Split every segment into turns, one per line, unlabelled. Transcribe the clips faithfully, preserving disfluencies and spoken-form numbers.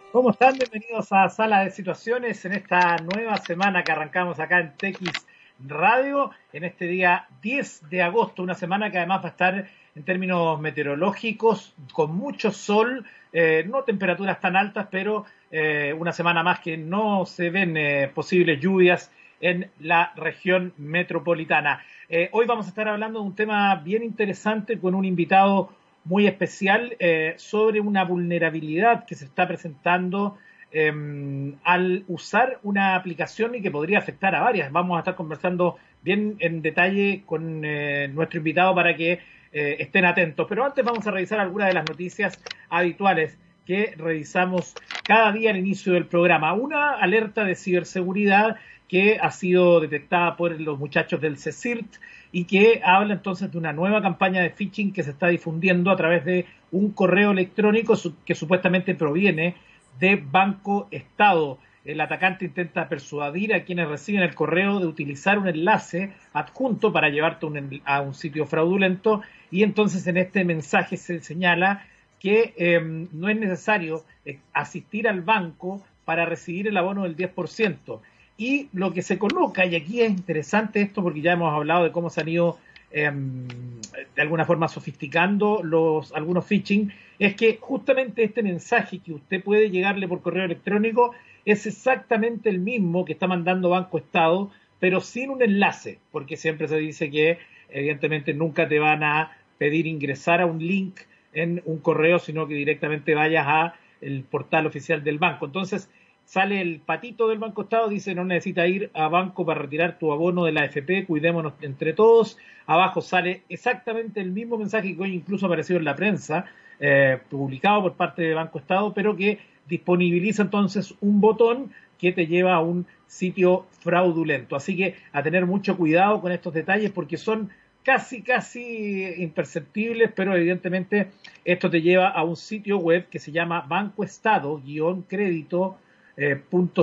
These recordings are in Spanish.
¿Cómo están? Bienvenidos a Sala de Situaciones en esta nueva semana que arrancamos acá en T X Radio, en este día diez de agosto, una semana que además va a estar en términos meteorológicos con mucho sol, eh, no temperaturas tan altas, pero eh, una semana más que no se ven eh, posibles lluvias en la región metropolitana. Eh, hoy vamos a estar hablando de un tema bien interesante con un invitado muy especial eh, sobre una vulnerabilidad que se está presentando eh, al usar una aplicación y que podría afectar a varias. Vamos a estar conversando bien en detalle con eh, nuestro invitado para que eh, estén atentos. Pero antes vamos a revisar algunas de las noticias habituales que revisamos cada día al inicio del programa. Una alerta de ciberseguridad que ha sido detectada por los muchachos del CECIRT y que habla entonces de una nueva campaña de phishing que se está difundiendo a través de un correo electrónico que supuestamente proviene de Banco Estado. El atacante intenta persuadir a quienes reciben el correo de utilizar un enlace adjunto para llevarte un, a un sitio fraudulento, y entonces en este mensaje se señala que eh, no es necesario asistir al banco para recibir el abono del diez por ciento. Y lo que se coloca, y aquí es interesante esto porque ya hemos hablado de cómo se han ido eh, de alguna forma sofisticando los algunos phishing, es que justamente este mensaje que usted puede llegarle por correo electrónico es exactamente el mismo que está mandando Banco Estado, pero sin un enlace, porque siempre se dice que evidentemente nunca te van a pedir ingresar a un link en un correo, sino que directamente vayas a el portal oficial del banco. Entonces, sale el patito del Banco Estado, dice no necesita ir a banco para retirar tu abono de la A F P, cuidémonos entre todos. Abajo sale exactamente el mismo mensaje que hoy incluso apareció en la prensa, eh, publicado por parte de Banco Estado, pero que disponibiliza entonces un botón que te lleva a un sitio fraudulento. Así que a tener mucho cuidado con estos detalles porque son casi, casi imperceptibles, pero evidentemente esto te lleva a un sitio web que se llama bancoestado-crédito eh,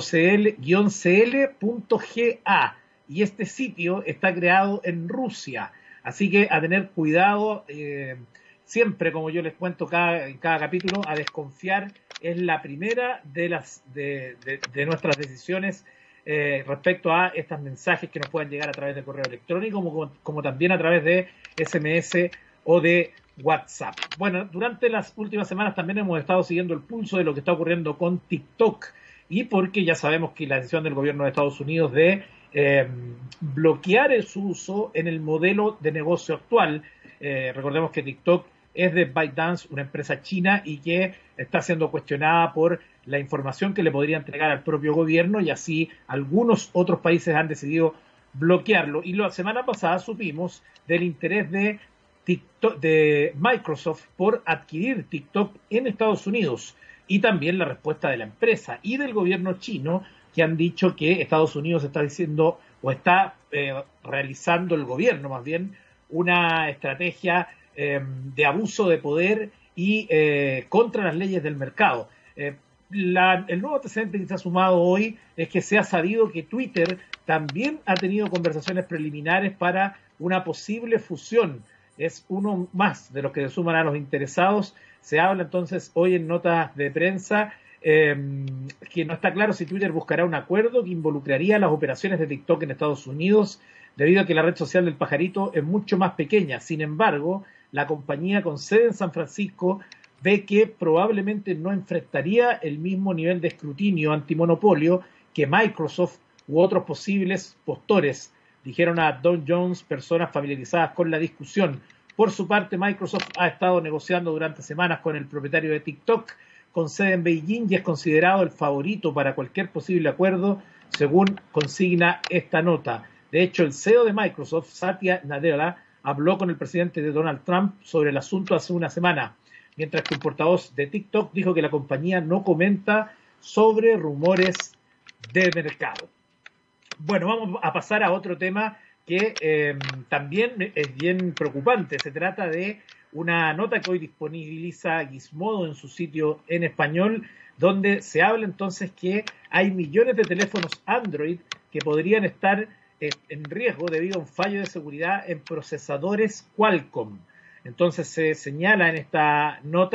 .cl-cl.ga, y este sitio está creado en Rusia, así que a tener cuidado, eh, siempre, como yo les cuento cada, en cada capítulo, a desconfiar. Es la primera de las de, de, de nuestras decisiones eh, respecto a estos mensajes que nos puedan llegar a través de correo electrónico, como, como también a través de S M S o de WhatsApp. Bueno, durante las últimas semanas también hemos estado siguiendo el pulso de lo que está ocurriendo con TikTok, y porque ya sabemos que la decisión del gobierno de Estados Unidos de eh, bloquear su uso en el modelo de negocio actual. Eh, recordemos que TikTok es de ByteDance, una empresa china, y que está siendo cuestionada por la información que le podría entregar al propio gobierno, y así algunos otros países han decidido bloquearlo. Y la semana pasada supimos del interés de TikTok, de Microsoft por adquirir TikTok en Estados Unidos, y también la respuesta de la empresa y del gobierno chino, que han dicho que Estados Unidos está diciendo o está eh, realizando el gobierno más bien una estrategia eh, de abuso de poder y eh, contra las leyes del mercado. Eh, la, el nuevo antecedente que se ha sumado hoy es que se ha sabido que Twitter también ha tenido conversaciones preliminares para una posible fusión. Es uno más de los que se suman a los interesados. Se habla entonces hoy en notas de prensa eh, que no está claro si Twitter buscará un acuerdo que involucraría las operaciones de TikTok en Estados Unidos, debido a que la red social del pajarito es mucho más pequeña. Sin embargo, la compañía con sede en San Francisco ve que probablemente no enfrentaría el mismo nivel de escrutinio antimonopolio que Microsoft u otros posibles postores, dijeron a Dow Jones personas familiarizadas con la discusión. Por su parte, Microsoft ha estado negociando durante semanas con el propietario de TikTok, con sede en Beijing, y es considerado el favorito para cualquier posible acuerdo, según consigna esta nota. De hecho, el C E O de Microsoft, Satya Nadella, habló con el presidente de Donald Trump sobre el asunto hace una semana, mientras que un portavoz de TikTok dijo que la compañía no comenta sobre rumores de mercado. Bueno, vamos a pasar a otro tema que eh, también es bien preocupante. Se trata de una nota que hoy disponibiliza Gizmodo en su sitio en español, donde se habla entonces que hay millones de teléfonos Android que podrían estar eh, en riesgo debido a un fallo de seguridad en procesadores Qualcomm. Entonces se señala en esta nota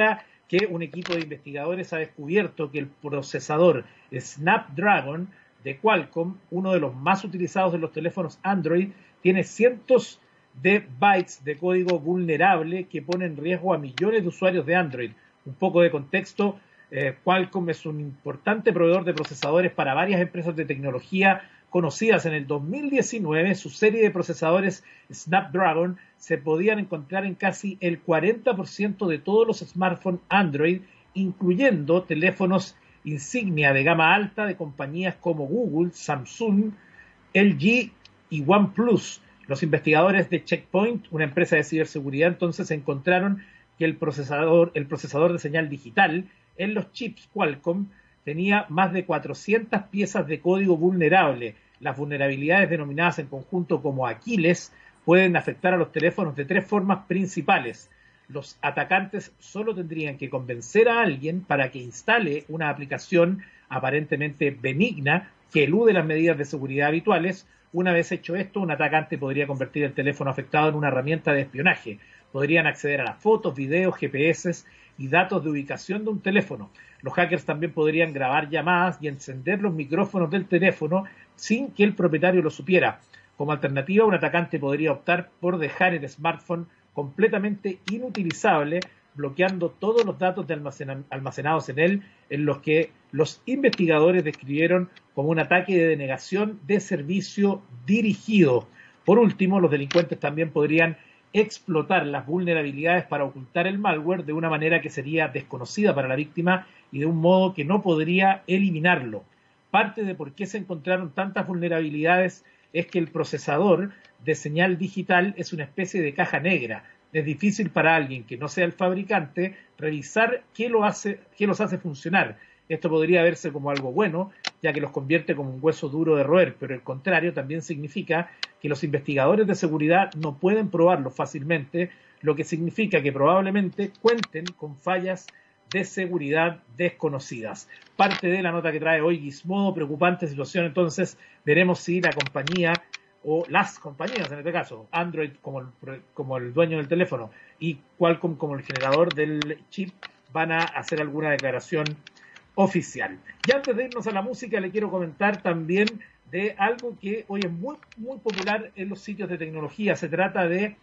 que un equipo de investigadores ha descubierto que el procesador Snapdragon de Qualcomm, uno de los más utilizados en los teléfonos Android, tiene cientos de bytes de código vulnerable que pone en riesgo a millones de usuarios de Android. Un poco de contexto, eh, Qualcomm es un importante proveedor de procesadores para varias empresas de tecnología conocidas. En el dos mil diecinueve, su serie de procesadores Snapdragon se podían encontrar en casi el cuarenta por ciento de todos los smartphones Android, incluyendo teléfonos insignia de gama alta de compañías como Google, Samsung, L G y OnePlus. Los investigadores de Checkpoint, una empresa de ciberseguridad, entonces encontraron que el procesador, el procesador de señal digital en los chips Qualcomm tenía más de cuatrocientas piezas de código vulnerable. Las vulnerabilidades denominadas en conjunto como Aquiles pueden afectar a los teléfonos de tres formas principales. Los atacantes solo tendrían que convencer a alguien para que instale una aplicación aparentemente benigna que elude las medidas de seguridad habituales. Una vez hecho esto, un atacante podría convertir el teléfono afectado en una herramienta de espionaje. Podrían acceder a las fotos, videos, G P S y datos de ubicación de un teléfono. Los hackers también podrían grabar llamadas y encender los micrófonos del teléfono sin que el propietario lo supiera. Como alternativa, un atacante podría optar por dejar el smartphone completamente inutilizable, bloqueando todos los datos de almacena- almacenados en él, en los que los investigadores describieron como un ataque de denegación de servicio dirigido. Por último, los delincuentes también podrían explotar las vulnerabilidades para ocultar el malware de una manera que sería desconocida para la víctima y de un modo que no podría eliminarlo. Parte de por qué se encontraron tantas vulnerabilidades es que el procesador de señal digital es una especie de caja negra. Es difícil para alguien que no sea el fabricante revisar qué, lo hace, qué los hace funcionar. Esto podría verse como algo bueno, ya que los convierte como un hueso duro de roer, pero el contrario también significa que los investigadores de seguridad no pueden probarlo fácilmente, lo que significa que probablemente cuenten con fallas de seguridad desconocidas. Parte de la nota que trae hoy Gizmodo, preocupante situación. Entonces veremos si la compañía o las compañías, en este caso, Android como el, como el dueño del teléfono y Qualcomm como el generador del chip, van a hacer alguna declaración oficial. Y antes de irnos a la música, le quiero comentar también de algo que hoy es muy, muy popular en los sitios de tecnología. Se trata de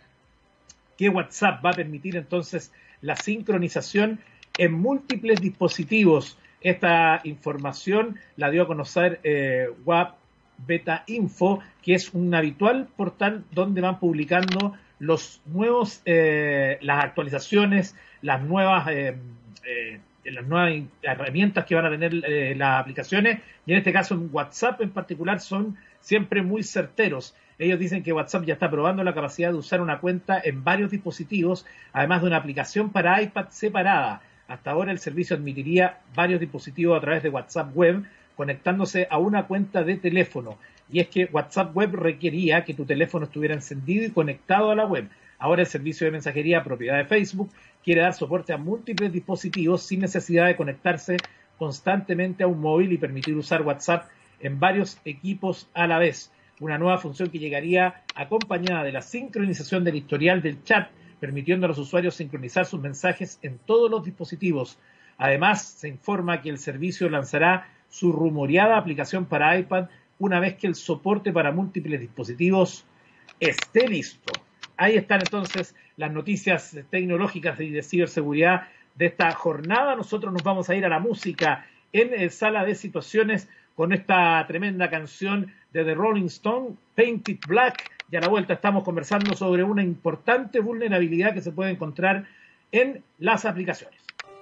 que WhatsApp va a permitir entonces la sincronización en múltiples dispositivos. Esta información la dio a conocer eh, Web Beta Info, que es un habitual portal donde van publicando los nuevos, eh, las actualizaciones, las nuevas, eh, eh, las nuevas herramientas que van a tener eh, las aplicaciones, y en este caso en WhatsApp en particular son siempre muy certeros. Ellos dicen que WhatsApp ya está probando la capacidad de usar una cuenta en varios dispositivos, además de una aplicación para iPad separada. Hasta ahora el servicio admitiría varios dispositivos a través de WhatsApp Web, conectándose a una cuenta de teléfono. Y es que WhatsApp Web requería que tu teléfono estuviera encendido y conectado a la web. Ahora el servicio de mensajería propiedad de Facebook quiere dar soporte a múltiples dispositivos sin necesidad de conectarse constantemente a un móvil y permitir usar WhatsApp en varios equipos a la vez. Una nueva función que llegaría acompañada de la sincronización del historial del chat, permitiendo a los usuarios sincronizar sus mensajes en todos los dispositivos. Además, se informa que el servicio lanzará su rumoreada aplicación para iPad una vez que el soporte para múltiples dispositivos esté listo. Ahí están entonces las noticias tecnológicas y de ciberseguridad de esta jornada. Nosotros nos vamos a ir a la música en el Sala de Situaciones con esta tremenda canción de The Rolling Stone, Painted Black. Y a la vuelta estamos conversando sobre una importante vulnerabilidad que se puede encontrar en las aplicaciones.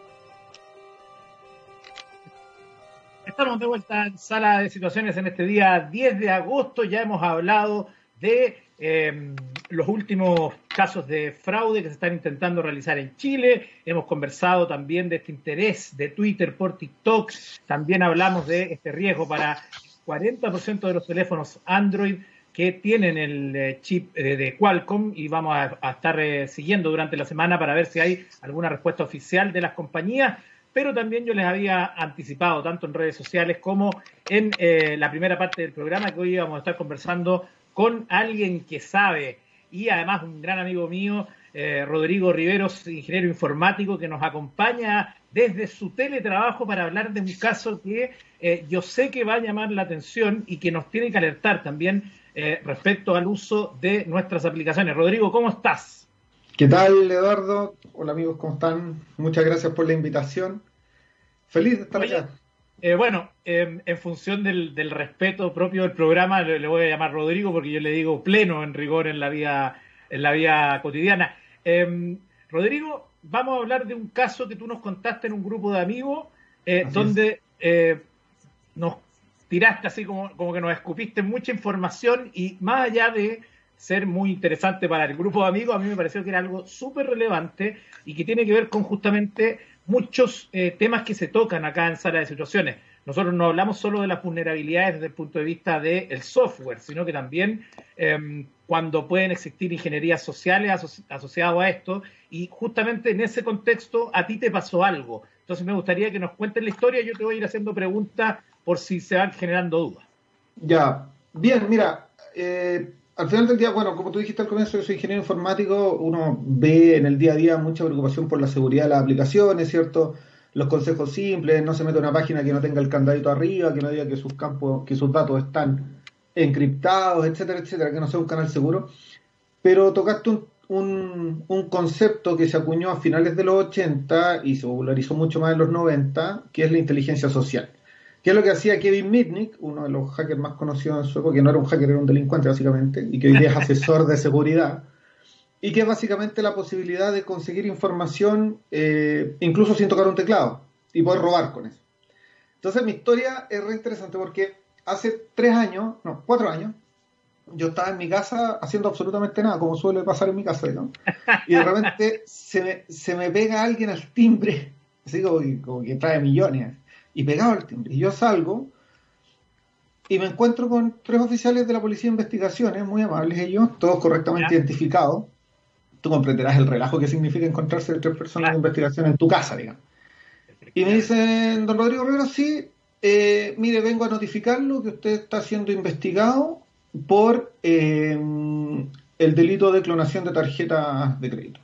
Estamos de vuelta en Sala de Situaciones en este día diez de agosto. Ya hemos hablado de eh, los últimos casos de fraude que se están intentando realizar en Chile. Hemos conversado también de este interés de Twitter por TikTok. También hablamos de este riesgo para el cuarenta por ciento de los teléfonos Android que tienen el chip de Qualcomm, y vamos a, a estar eh, siguiendo durante la semana para ver si hay alguna respuesta oficial de las compañías. Pero también yo les había anticipado, tanto en redes sociales como en eh, la primera parte del programa, que hoy íbamos a estar conversando con alguien que sabe, y además un gran amigo mío, eh, Rodrigo Riveros, ingeniero informático, que nos acompaña desde su teletrabajo para hablar de un caso que eh, yo sé que va a llamar la atención y que nos tiene que alertar también eh, respecto al uso de nuestras aplicaciones. Rodrigo, ¿cómo estás?
¿Qué tal, Eduardo? Hola amigos, ¿cómo están? Muchas gracias por la invitación. Feliz de estar
Oye,
acá.
eh, bueno, eh, en función del, del respeto propio del programa, le, le, voy a llamar Rodrigo porque yo le digo pleno en rigor en la vida, en la vida cotidiana. Eh, Rodrigo, vamos a hablar de un caso que tú nos contaste en un grupo de amigos, eh,
Así es.
donde eh, nos tiraste así como, como que nos escupiste mucha información y más allá de ser muy interesante para el grupo de amigos, a mí me pareció que era algo súper relevante y que tiene que ver con justamente muchos eh, temas que se tocan acá en Sala de Situaciones. Nosotros no hablamos solo de las vulnerabilidades desde el punto de vista del software, sino que también eh, cuando pueden existir ingenierías sociales aso asociadas a esto, y justamente en ese contexto a ti te pasó algo. Entonces me gustaría que nos cuentes la historia y yo te voy a ir haciendo preguntas por si se van generando dudas.
Ya, bien, mira, eh, al final del día, bueno, como tú dijiste al comienzo, yo soy ingeniero informático, uno ve en el día a día mucha preocupación por la seguridad de las aplicaciones, ¿cierto? Los consejos simples, no se mete a una página que no tenga el candadito arriba, que no diga que sus campos, que sus datos están encriptados, etcétera, etcétera, que no sea un canal seguro. Pero tocaste un, un, un concepto que se acuñó a finales de los ochenta y se popularizó mucho más en los noventa, que es la inteligencia social. ¿Qué es lo que hacía Kevin Mitnick, uno de los hackers más conocidos en su época, que no era un hacker, era un delincuente básicamente, y que hoy día es asesor de seguridad, y que es básicamente la posibilidad de conseguir información eh, incluso sin tocar un teclado y poder robar con eso. Entonces mi historia es re interesante porque hace tres años, no, cuatro años, yo estaba en mi casa haciendo absolutamente nada, como suele pasar en mi casa, ¿no? Y de repente se me, se me pega alguien al timbre, así como, como que trae millones, y pegado al timbre. Y yo salgo y me encuentro con tres oficiales de la Policía de Investigaciones, muy amables ellos, todos correctamente
¿Ya?
identificados. Tú comprenderás el relajo que significa encontrarse tres personas de
Claro,
investigación en tu casa, digamos. Y me
efectivamente.
dicen, don Rodrigo Rivera, sí, eh, mire, vengo a notificarlo que usted está siendo investigado por eh, el delito de clonación de tarjetas de crédito.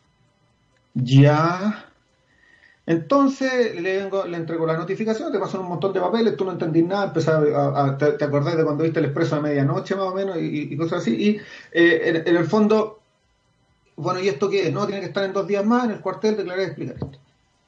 Ya. Entonces le, vengo, le entrego la notificación, te pasan un montón de papeles, tú no entendís nada, empezás a, a, a te, te, acordás de cuando viste el Expreso a medianoche más o menos y, y cosas así. Y eh, en, en, el fondo, bueno, ¿y esto qué es? No, tiene que estar en dos días más en el cuartel, declarar y explicar esto.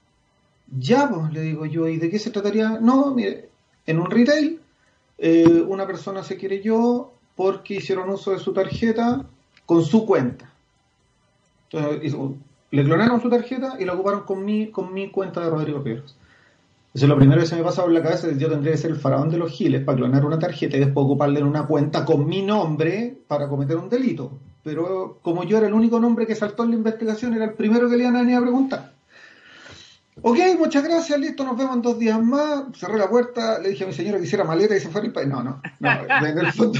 Ya, pues, le digo yo, ¿y de qué se trataría? No, mire, en un retail, eh, una persona se quiere yo porque hicieron uso de su tarjeta con su cuenta. Entonces, hizo, le clonaron su tarjeta y la ocuparon con mi, con mi cuenta de Rodrigo Rivers. Eso es lo primero que se me pasa por la cabeza, es que yo tendría que ser el faraón de los giles para clonar una tarjeta y después ocuparla en una cuenta con mi nombre para cometer un delito. Pero como yo era el único nombre que saltó en la investigación, era el primero que le iban a venir a preguntar. Ok, muchas gracias, listo, nos vemos en dos días más. Cerré la puerta, le dije a mi señora que hiciera maleta y se fue al país. No, no, no, en el fondo.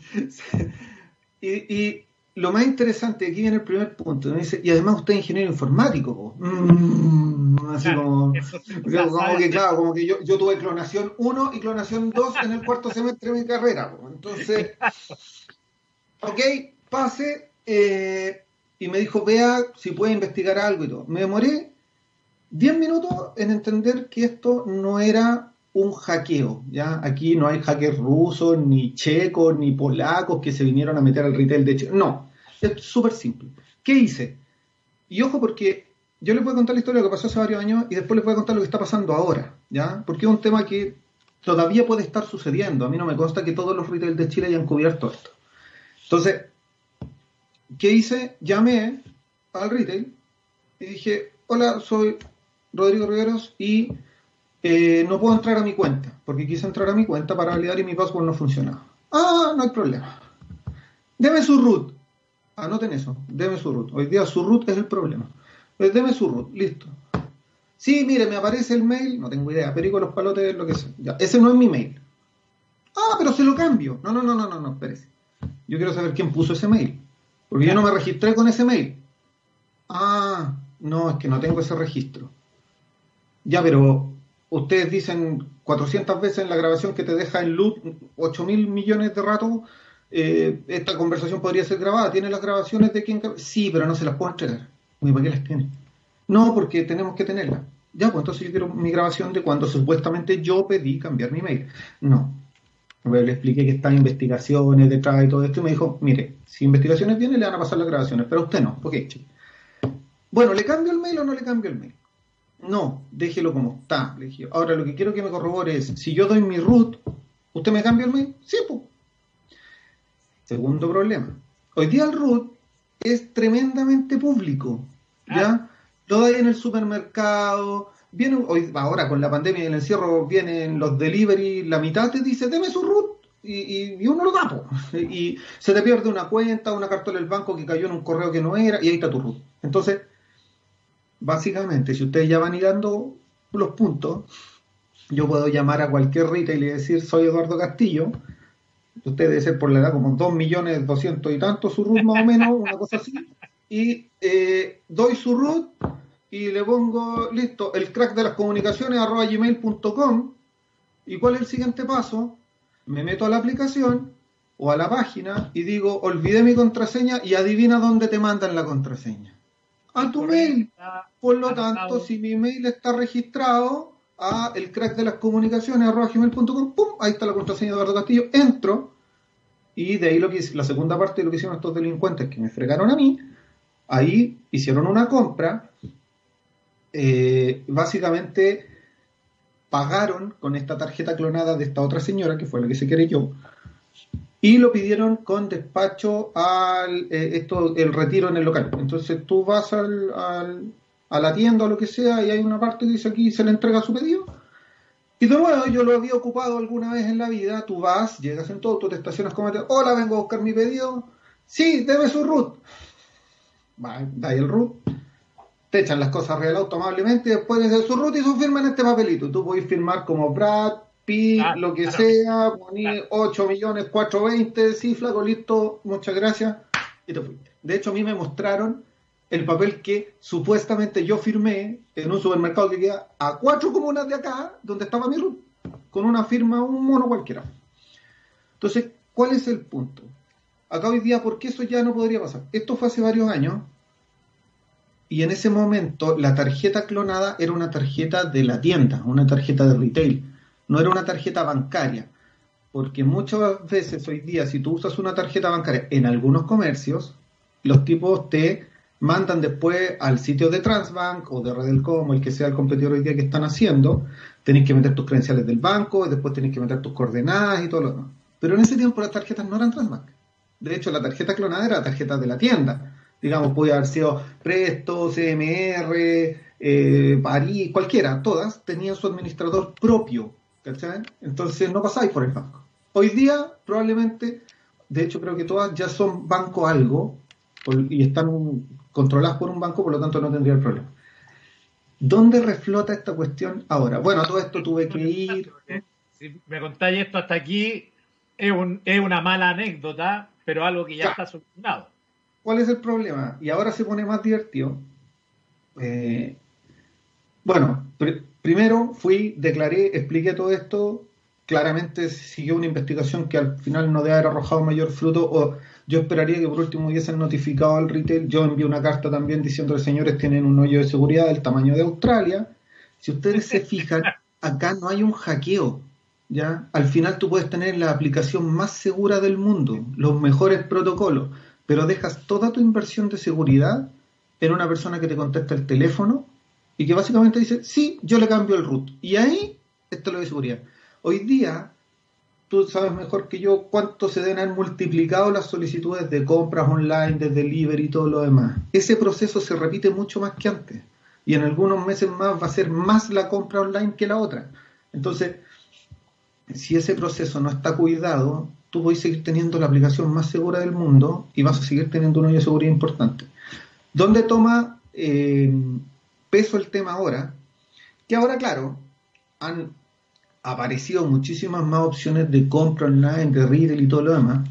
y, y lo más interesante, aquí viene el primer punto. Me dice, y además usted es ingeniero informático. Mm, así
Claro,
como,
eso, o sea,
como
sabe
que,
hacer.
claro, como que yo, yo tuve clonación uno y clonación dos en el cuarto semestre de mi carrera. Entonces, ok, pase. Eh, y me dijo, vea si puede investigar algo y todo. Me demoré diez minutos en entender que esto no era un hackeo, ¿ya? Aquí no hay hackers rusos, ni checos, ni polacos que se vinieron a meter al retail de Chile. No, es súper simple. ¿Qué hice? Y ojo porque yo les voy a contar la historia de lo que pasó hace varios años y después les voy a contar lo que está pasando ahora, ¿ya? Porque es un tema que todavía puede estar sucediendo. A mí no me consta que todos los retail de Chile hayan cubierto esto. Entonces, ¿qué hice? Llamé al retail y dije, hola, soy Rodrigo Riveros y eh, no puedo entrar a mi cuenta, porque quise entrar a mi cuenta para validar y mi password no funcionaba. Ah, no hay problema. Deme su root. Anoten eso, deme su root. Hoy día su root es el problema. Pues deme su root, listo. Sí, mire, me aparece el mail, no tengo idea, perico los palotes, lo que sea. Ya, ese no es mi mail. Ah, pero se lo cambio. No, no, no, no, no, no, espérese. Yo quiero saber quién puso ese mail, porque yo no
Claro.
me registré con ese mail. Ah, no, es que no tengo ese registro. Ya, pero ustedes dicen cuatrocientas veces en la grabación que te deja en loop ocho mil millones de ratos eh, esta conversación podría ser grabada, ¿tiene las grabaciones de quién? Sí, pero no se las puedo entregar. ¿Para qué las tiene? No, porque tenemos que tenerlas. Ya, pues entonces yo quiero mi grabación de cuando supuestamente yo pedí cambiar mi mail. No. Pues le expliqué que están investigaciones detrás y todo esto y me dijo, mire, si investigaciones vienen le van a pasar las grabaciones, pero a usted no. Ok, chico. Bueno, ¿le cambio el mail o no le cambio el mail? No, déjelo como está. Le dije, ahora lo que quiero que me corrobore es, si yo doy mi root, ¿usted me cambia el mail? Sí, pues. Segundo problema. Hoy día el root es tremendamente público, ¿ya? Ah. Todo ahí en el supermercado, viene, hoy, ahora con la pandemia y el encierro vienen los delivery, la mitad te dice, deme su root, y, y, y uno lo da, po. Y se te pierde una cuenta, una cartola del banco que cayó en un correo que no era, y ahí está tu root. Entonces, básicamente, si ustedes ya van dando los puntos, yo puedo llamar a cualquier retail y decir, soy Eduardo Castillo, usted debe ser por la edad como dos millones doscientos y tanto su root más o menos, una cosa así, y eh, doy su root y le pongo, listo, el crack de las comunicaciones arroba gmail punto com, y ¿cuál es el siguiente paso? Me meto a la aplicación o a la página y digo, olvidé mi contraseña, y adivina dónde te mandan la contraseña. A tu mail. Por lo tanto, si mi mail está registrado a el crack de las comunicaciones arroba gmail punto com, pum, ahí está la contraseña de Eduardo Castillo, entro, y de ahí lo que la segunda parte de lo que hicieron estos delincuentes que me fregaron a mí, ahí hicieron una compra, eh, básicamente pagaron con esta tarjeta clonada de esta otra señora, que fue la que se quiere yo, y lo pidieron con despacho al eh, esto el retiro en el local. Entonces tú vas al, al, a la tienda o lo que sea, y hay una parte que dice aquí se le entrega su pedido. Y de nuevo, yo lo había ocupado alguna vez en la vida. Tú vas, llegas en todo, tú te estacionas como, hola, vengo a buscar mi pedido. Sí, debe su root. Va, da el root. Te echan las cosas regaladas amablemente y después de su root y su firma en este papelito. Tú puedes firmar como Brad, Pi, ah, lo que claro, sea, poní claro. ocho millones cuatrocientos veinte, sí, flaco, listo, muchas gracias, y te fuiste. De hecho, a mí me mostraron el papel que supuestamente yo firmé en un supermercado que queda a cuatro comunas de acá, donde estaba mi root, con una firma, un mono cualquiera. Entonces, ¿cuál es el punto? Acá hoy día, ¿por qué eso ya no podría pasar? Esto fue hace varios años, y en ese momento la tarjeta clonada era una tarjeta de la tienda, una tarjeta de retail, no era una tarjeta bancaria, porque muchas veces hoy día, si tú usas una tarjeta bancaria en algunos comercios, los tipos te mandan después al sitio de Transbank o de Redelcom o el que sea el competidor hoy día que están haciendo, tenés que meter tus credenciales del banco, y después tenés que meter tus coordenadas y todo lo demás. Pero en ese tiempo las tarjetas no eran Transbank. De hecho, la tarjeta clonada era la tarjeta de la tienda. Digamos, podía haber sido Presto, C M R, eh, París, cualquiera, todas tenían su administrador propio, ¿cachai? Entonces no pasáis por el banco. Hoy día, probablemente, de hecho creo que todas ya son banco algo, y están controladas por un banco, por lo tanto no tendría el problema. ¿Dónde reflota esta cuestión ahora? Bueno, a todo esto tuve que ir...
Si me contáis esto hasta aquí, es, un, es una mala anécdota, pero algo que ya, ya está solucionado.
¿Cuál es el problema? Y ahora se pone más divertido. Eh, bueno, pr- primero fui, declaré, expliqué todo esto, claramente siguió una investigación que al final no debe haber arrojado mayor fruto, o yo esperaría que por último hubiesen notificado al retail. Yo envié una carta también diciendo que señores tienen un hoyo de seguridad del tamaño de Australia. Si ustedes se fijan, acá no hay un hackeo, ¿ya? Al final tú puedes tener la aplicación más segura del mundo, los mejores protocolos, pero dejas toda tu inversión de seguridad en una persona que te contesta el teléfono y que básicamente dice, sí, yo le cambio el root. Y ahí esto es lo de seguridad. Hoy día, tú sabes mejor que yo cuánto se deben haber multiplicado las solicitudes de compras online, de delivery y todo lo demás. Ese proceso se repite mucho más que antes. Y en algunos meses más va a ser más la compra online que la otra. Entonces, si ese proceso no está cuidado, tú puedes seguir teniendo la aplicación más segura del mundo y vas a seguir teniendo un hoyo de seguridad importante. ¿Dónde toma eh, peso el tema ahora? Que ahora, claro, han aparecido muchísimas más opciones de compra online, de retail y todo lo demás.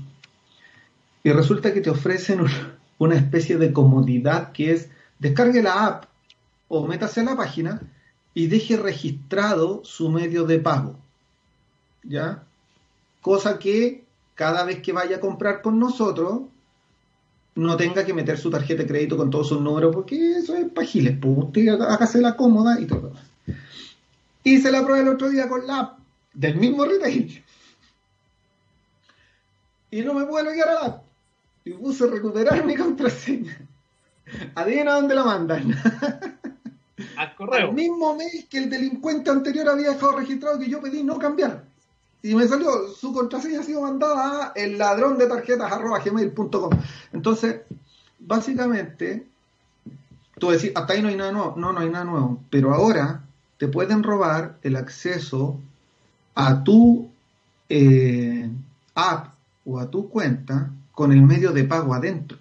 Y resulta que te ofrecen una especie de comodidad que es descargue la app o métase a la página y deje registrado su medio de pago, ¿ya? Cosa que cada vez que vaya a comprar con nosotros, no tenga que meter su tarjeta de crédito con todos sus números, porque eso es pagiles, pues usted hágase la cómoda y todo. Hice la prueba el otro día con la app del mismo retail. Y no me puedo loguear a la app. Y puse recuperar mi contraseña. Adivina dónde la mandan.
Al correo.
Al mismo mail que el delincuente anterior había dejado registrado, que yo pedí no cambiar. Y me salió, su contraseña ha sido mandada a el ladrón de tarjetas arroba gmail punto com. Entonces, básicamente, tú decís, hasta ahí no hay nada nuevo. No, no hay nada nuevo. Pero ahora te pueden robar el acceso a tu eh, app o a tu cuenta con el medio de pago adentro.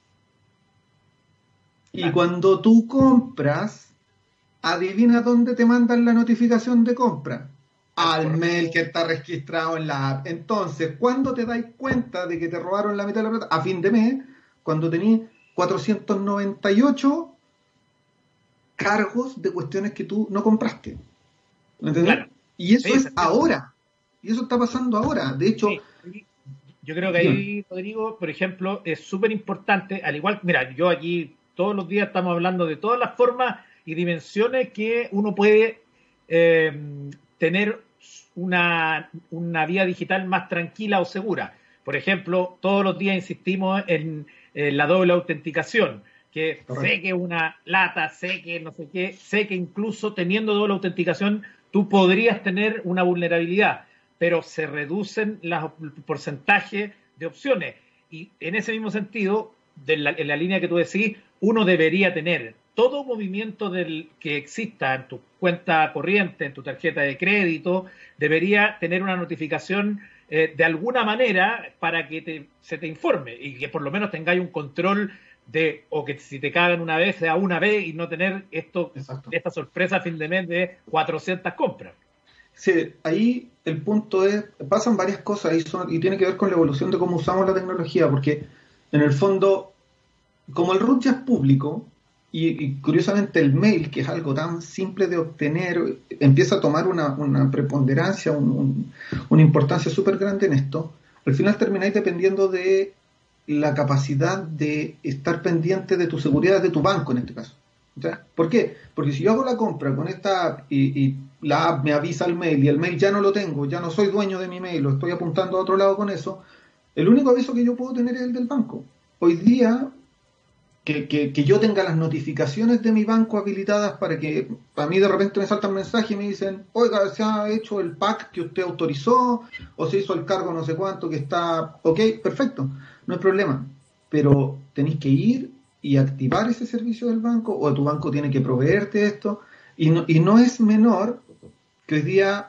Y cuando tú compras, adivina dónde te mandan la notificación de compra. Al mail que está registrado en la app. Entonces, ¿cuándo te dais cuenta de que te robaron la mitad de la plata? A fin de mes, cuando tenés cuatrocientos noventa y ocho cargos de cuestiones que tú no compraste. ¿Entendés? Claro. Y eso sí, es ahora. Y eso está pasando ahora. De hecho...
Sí. Yo creo que ahí, Rodrigo, por ejemplo, es súper importante, al igual, mira, yo aquí todos los días estamos hablando de todas las formas y dimensiones que uno puede eh, tener una, una vía digital más tranquila o segura. Por ejemplo, todos los días insistimos en, en la doble autenticación, que Correcto. Sé que es una lata, sé que no sé qué, sé que incluso teniendo doble autenticación tú podrías tener una vulnerabilidad, pero se reducen los porcentajes de opciones. Y en ese mismo sentido, de la, en la línea que tú decís, uno debería tener todo movimiento del que exista en tu cuenta corriente, en tu tarjeta de crédito, debería tener una notificación eh, de alguna manera para que te, se te informe y que por lo menos tengáis un control de, o que si te cagan una vez, sea una vez y no tener esto, esta sorpresa a fin de mes de cuatrocientas compras.
Sí, ahí el punto es, pasan varias cosas y, son, y tiene que ver con la evolución de cómo usamos la tecnología, porque en el fondo, como el root ya es público, y, y curiosamente el mail, que es algo tan simple de obtener, empieza a tomar una, una preponderancia, un, un, una importancia súper grande en esto, al final termináis dependiendo de la capacidad de estar pendiente de tu seguridad de tu banco en este caso. ¿Por qué? Porque si yo hago la compra con esta app y, y la app me avisa el mail y el mail ya no lo tengo, ya no soy dueño de mi mail, lo estoy apuntando a otro lado con eso, el único aviso que yo puedo tener es el del banco. Hoy día, que, que, que yo tenga las notificaciones de mi banco habilitadas para que a mí de repente me saltan mensajes y me dicen, oiga, se ha hecho el pack que usted autorizó o se hizo el cargo no sé cuánto que está, ok, perfecto, no hay problema, pero tenéis que ir y activar ese servicio del banco, o tu banco tiene que proveerte esto, y no, y no es menor que hoy día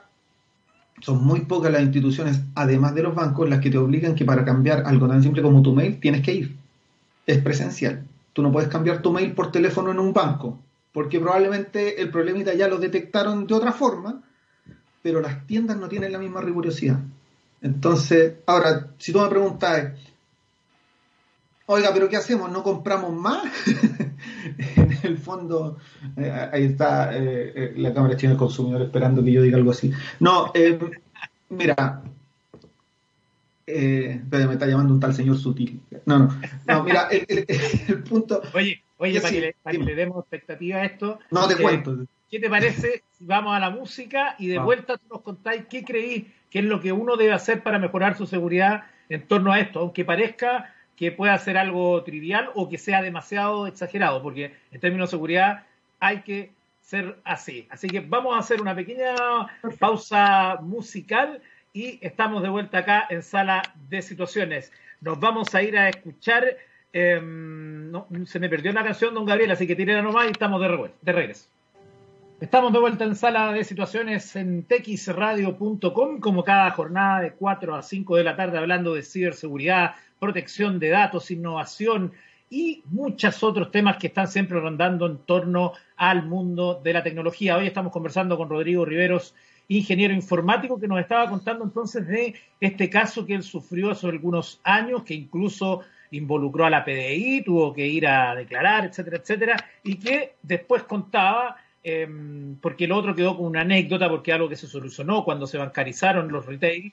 son muy pocas las instituciones, además de los bancos, las que te obligan que para cambiar algo tan simple como tu mail, tienes que ir. Es presencial. Tú no puedes cambiar tu mail por teléfono en un banco, porque probablemente el problemita ya lo detectaron de otra forma, pero las tiendas no tienen la misma rigurosidad. Entonces, ahora, si tú me preguntas, oiga, ¿pero qué hacemos? ¿No compramos más? En el fondo, eh, ahí está eh, eh, la Cámara China del Consumidor esperando que yo diga algo así. No, eh, mira, eh, me está llamando un tal señor sutil. No, no, no mira, el, el, el punto...
Oye, oye, para, sí, que le, para que le demos expectativa a esto...
No, te
eh,
cuento.
¿Qué te parece si vamos a la música y de ah. vuelta tú nos contáis qué creís que es lo que uno debe hacer para mejorar su seguridad en torno a esto? Aunque parezca que pueda ser algo trivial o que sea demasiado exagerado, porque en términos de seguridad hay que ser así. Así que vamos a hacer una pequeña pausa musical y estamos de vuelta acá en Sala de Situaciones. Nos vamos a ir a escuchar, eh, no, se me perdió la canción, don Gabriel, así que tírela nomás y estamos de, revuelta, de regreso. Estamos de vuelta en Sala de Situaciones en t x radio punto com, como cada jornada de cuatro a cinco de la tarde, hablando de ciberseguridad, protección de datos, innovación y muchos otros temas que están siempre rondando en torno al mundo de la tecnología. Hoy estamos conversando con Rodrigo Riveros, ingeniero informático, que nos estaba contando entonces de este caso que él sufrió hace algunos años, que incluso involucró a la P D I, tuvo que ir a declarar, etcétera, etcétera, y que después contaba, eh, porque el otro quedó con una anécdota, porque algo que se solucionó cuando se bancarizaron los retail,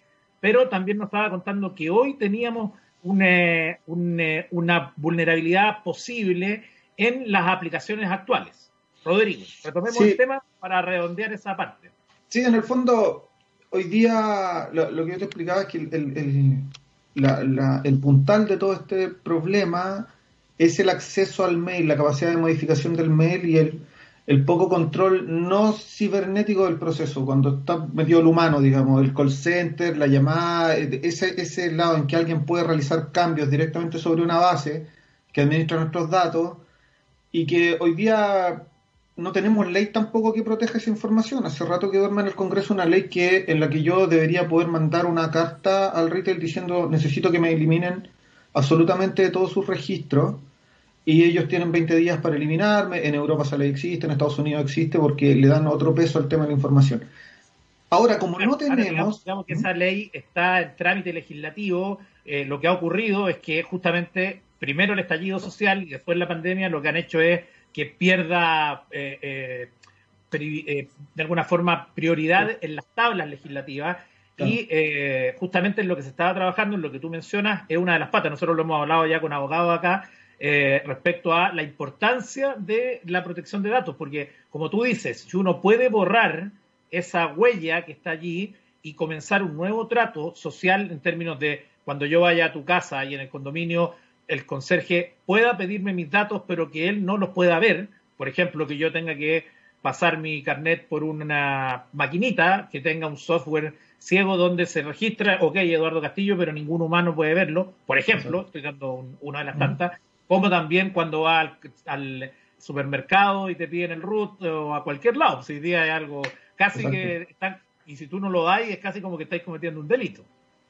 pero también nos estaba contando que hoy teníamos una, una, una vulnerabilidad posible en las aplicaciones actuales. Rodrigo, retomemos sí. el tema para redondear esa parte.
Sí, en el fondo, hoy día lo, lo que yo te explicaba es que el, el, el, la, la, el puntal de todo este problema es el acceso al mail, la capacidad de modificación del mail y el, el poco control no cibernético del proceso, cuando está metido el humano, digamos, el call center, la llamada, ese, ese lado en que alguien puede realizar cambios directamente sobre una base que administra nuestros datos y que hoy día no tenemos ley tampoco que proteja esa información. Hace rato que duerme en el Congreso una ley que en la que yo debería poder mandar una carta al retail diciendo necesito que me eliminen absolutamente de todos sus registros, y ellos tienen veinte días para eliminarme. En Europa esa ley existe, en Estados Unidos existe, porque le dan otro peso al tema de la información. Ahora, como
bueno,
no tenemos...
Ahora, digamos, digamos que ¿Mm? esa ley está en trámite legislativo, eh, lo que ha ocurrido es que justamente primero el estallido social y después la pandemia lo que han hecho es que pierda eh, eh, pri, eh, de alguna forma prioridad en las tablas legislativas. Claro. Y eh, justamente en lo que se estaba trabajando, en lo que tú mencionas, es una de las patas. Nosotros lo hemos hablado ya con abogados acá, eh, respecto a la importancia de la protección de datos, porque como tú dices, si uno puede borrar esa huella que está allí y comenzar un nuevo trato social en términos de cuando yo vaya a tu casa y en el condominio el conserje pueda pedirme mis datos, pero que él no los pueda ver, por ejemplo, que yo tenga que pasar mi carnet por una maquinita que tenga un software ciego donde se registra, ok, Eduardo Castillo, pero ningún humano puede verlo, por ejemplo, sí. Estoy dando un, una de las tantas, como también cuando va al, al supermercado y te piden el root o a cualquier lado, si hoy día hay algo casi Exacto. que están, y si tú no lo das, es casi como que estáis cometiendo un delito.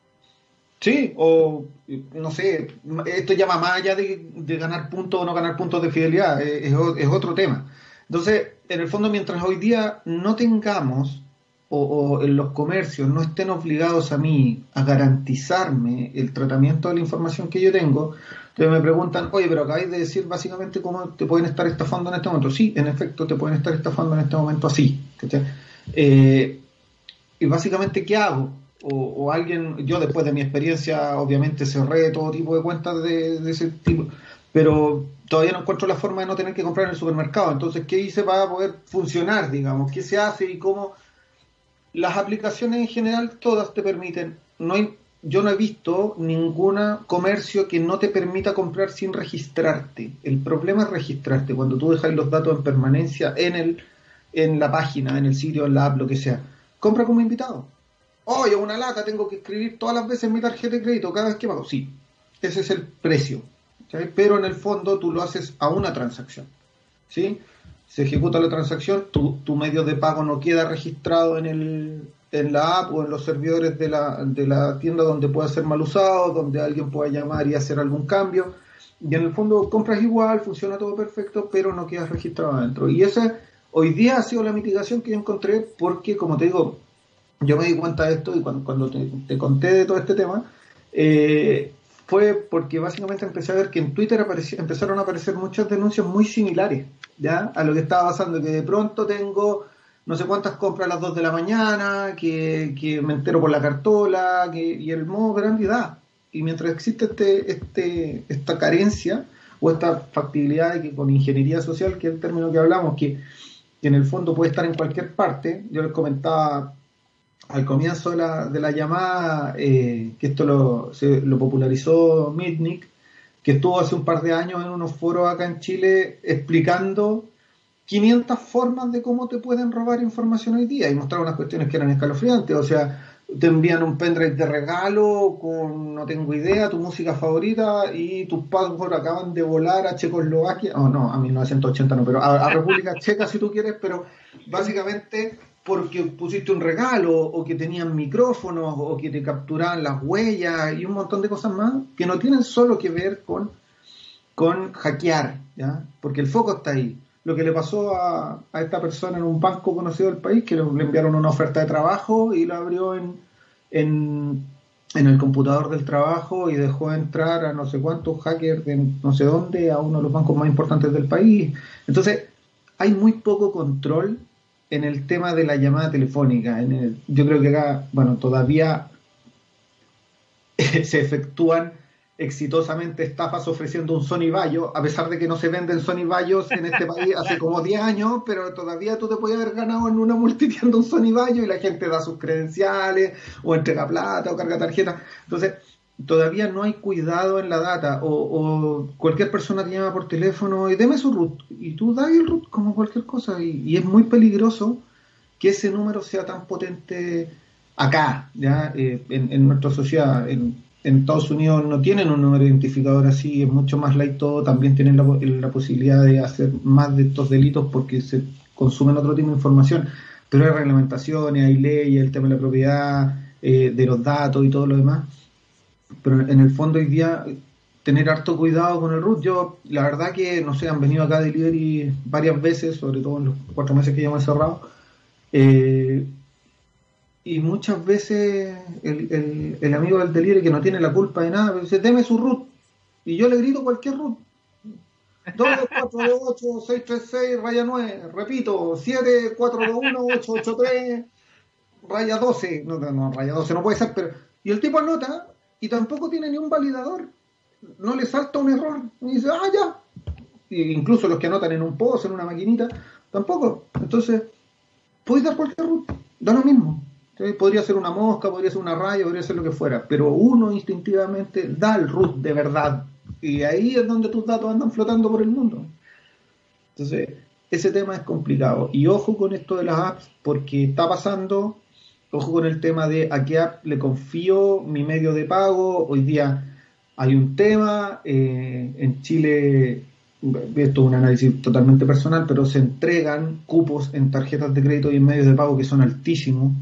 Sí, o no sé, esto ya va más allá de, de ganar puntos o no ganar puntos de fidelidad, es, es otro tema. Entonces, en el fondo, mientras hoy día no tengamos o, o en los comercios no estén obligados a mí a garantizarme el tratamiento de la información que yo tengo, entonces me preguntan, oye, pero acabáis de decir básicamente cómo te pueden estar estafando en este momento. Sí, en efecto, te pueden estar estafando en este momento así. Eh, y básicamente, ¿qué hago? O, o alguien, yo después de mi experiencia obviamente cerré todo tipo de cuentas de, de ese tipo, pero todavía no encuentro la forma de no tener que comprar en el supermercado. Entonces, ¿qué hice para poder funcionar, digamos? ¿Qué se hace y cómo? Las aplicaciones en general todas te permiten, no hay, yo no he visto ningún comercio que no te permita comprar sin registrarte. El problema es registrarte, cuando tú dejas los datos en permanencia en el, en la página, en el sitio, en la app, lo que sea. Compra como invitado. Oye, una lata, tengo que escribir todas las veces mi tarjeta de crédito cada vez que pago. Sí, ese es el precio, ¿sí? Pero en el fondo tú lo haces a una transacción, ¿sí? Se ejecuta la transacción, tu, tu medio de pago no queda registrado en el en la app o en los servidores de la, de la tienda donde pueda ser mal usado, donde alguien pueda llamar y hacer algún cambio. Y en el fondo compras igual, funciona todo perfecto, pero no quedas registrado adentro. Y esa hoy día ha sido la mitigación que yo encontré, porque, como te digo, yo me di cuenta de esto y cuando, cuando te, te conté de todo este tema, eh, fue porque básicamente empecé a ver que en Twitter apareció, empezaron a aparecer muchas denuncias muy similares, ¿ya? A lo que estaba pasando, que de pronto tengo no sé cuántas compras a las dos de la mañana, que, que me entero por la cartola, que, y el modo grande da. Y mientras existe este, este, esta carencia o esta factibilidad de que con ingeniería social, que es el término que hablamos, que, que en el fondo puede estar en cualquier parte, yo les comentaba al comienzo de la, de la llamada, eh, que esto lo, se, lo popularizó Mitnick, que estuvo hace un par de años en unos foros acá en Chile explicando quinientas formas de cómo te pueden robar información hoy día, y mostraba unas cuestiones que eran escalofriantes. O sea, te envían un pendrive de regalo con, no tengo idea, tu música favorita, y tus passwords acaban de volar a Checoslovaquia, o oh, no, a mil novecientos ochenta no, pero a, a República Checa si tú quieres, pero básicamente porque pusiste un regalo, o que tenían micrófonos, o que te capturaban las huellas, y un montón de cosas más que no tienen solo que ver con, con hackear, ¿ya? Porque el foco está ahí. Lo que le pasó a, a esta persona en un banco conocido del país, que le, le enviaron una oferta de trabajo y la abrió en, en, en el computador del trabajo y dejó entrar a no sé cuántos hackers de no sé dónde, a uno de los bancos más importantes del país. Entonces, hay muy poco control en el tema de la llamada telefónica. En el, yo creo que acá, bueno, todavía se, se efectúan exitosamente estafas ofreciendo un Sony Vaio, a pesar de que no se venden Sony Vaios en este país hace como diez años, pero todavía tú te puedes haber ganado en una multitienda un Sony Vaio y la gente da sus credenciales o entrega plata o carga tarjeta. Entonces, todavía no hay cuidado en la data, o, o cualquier persona te llama por teléfono y deme su root, y tú das el root como cualquier cosa, y, y es muy peligroso que ese número sea tan potente acá, ya eh, en, en nuestra sociedad. En, en Estados Unidos no tienen un número identificador así, es mucho más light todo, también tienen la, la posibilidad de hacer más de estos delitos porque se consumen otro tipo de información, pero hay reglamentaciones, hay leyes, el tema de la propiedad, eh, de los datos y todo lo demás. Pero en el fondo hoy día tener harto cuidado con el root. Yo, la verdad que, no sé, han venido acá a Delivery varias veces, sobre todo en los cuatro meses que llevamos encerrados, eh, y muchas veces el, el, el amigo del delivery que no tiene la culpa de nada, dice, deme su root, y yo le grito cualquier root. dos dos cuatro dos ocho seis tres seis raya nueve, repito, siete cuatro dos uno ocho ocho tres raya doce, no, no, raya doce no puede ser, pero... Y el tipo anota, y tampoco tiene ni un validador, no le salta un error, y dice, ah, ya. Y incluso los que anotan en un post, en una maquinita, tampoco. Entonces, puedes dar cualquier root, da lo mismo. ¿Sí? Podría ser una mosca, podría ser una raya, podría ser lo que fuera, pero uno instintivamente da el root de verdad, y ahí es donde tus datos andan flotando por el mundo. Entonces, ese tema es complicado, y ojo con esto de las apps, porque está pasando. Ojo con el tema de a qué app le confío mi medio de pago. Hoy día hay un tema, eh, en Chile, esto es un análisis totalmente personal, pero se entregan cupos en tarjetas de crédito y en medios de pago que son altísimos,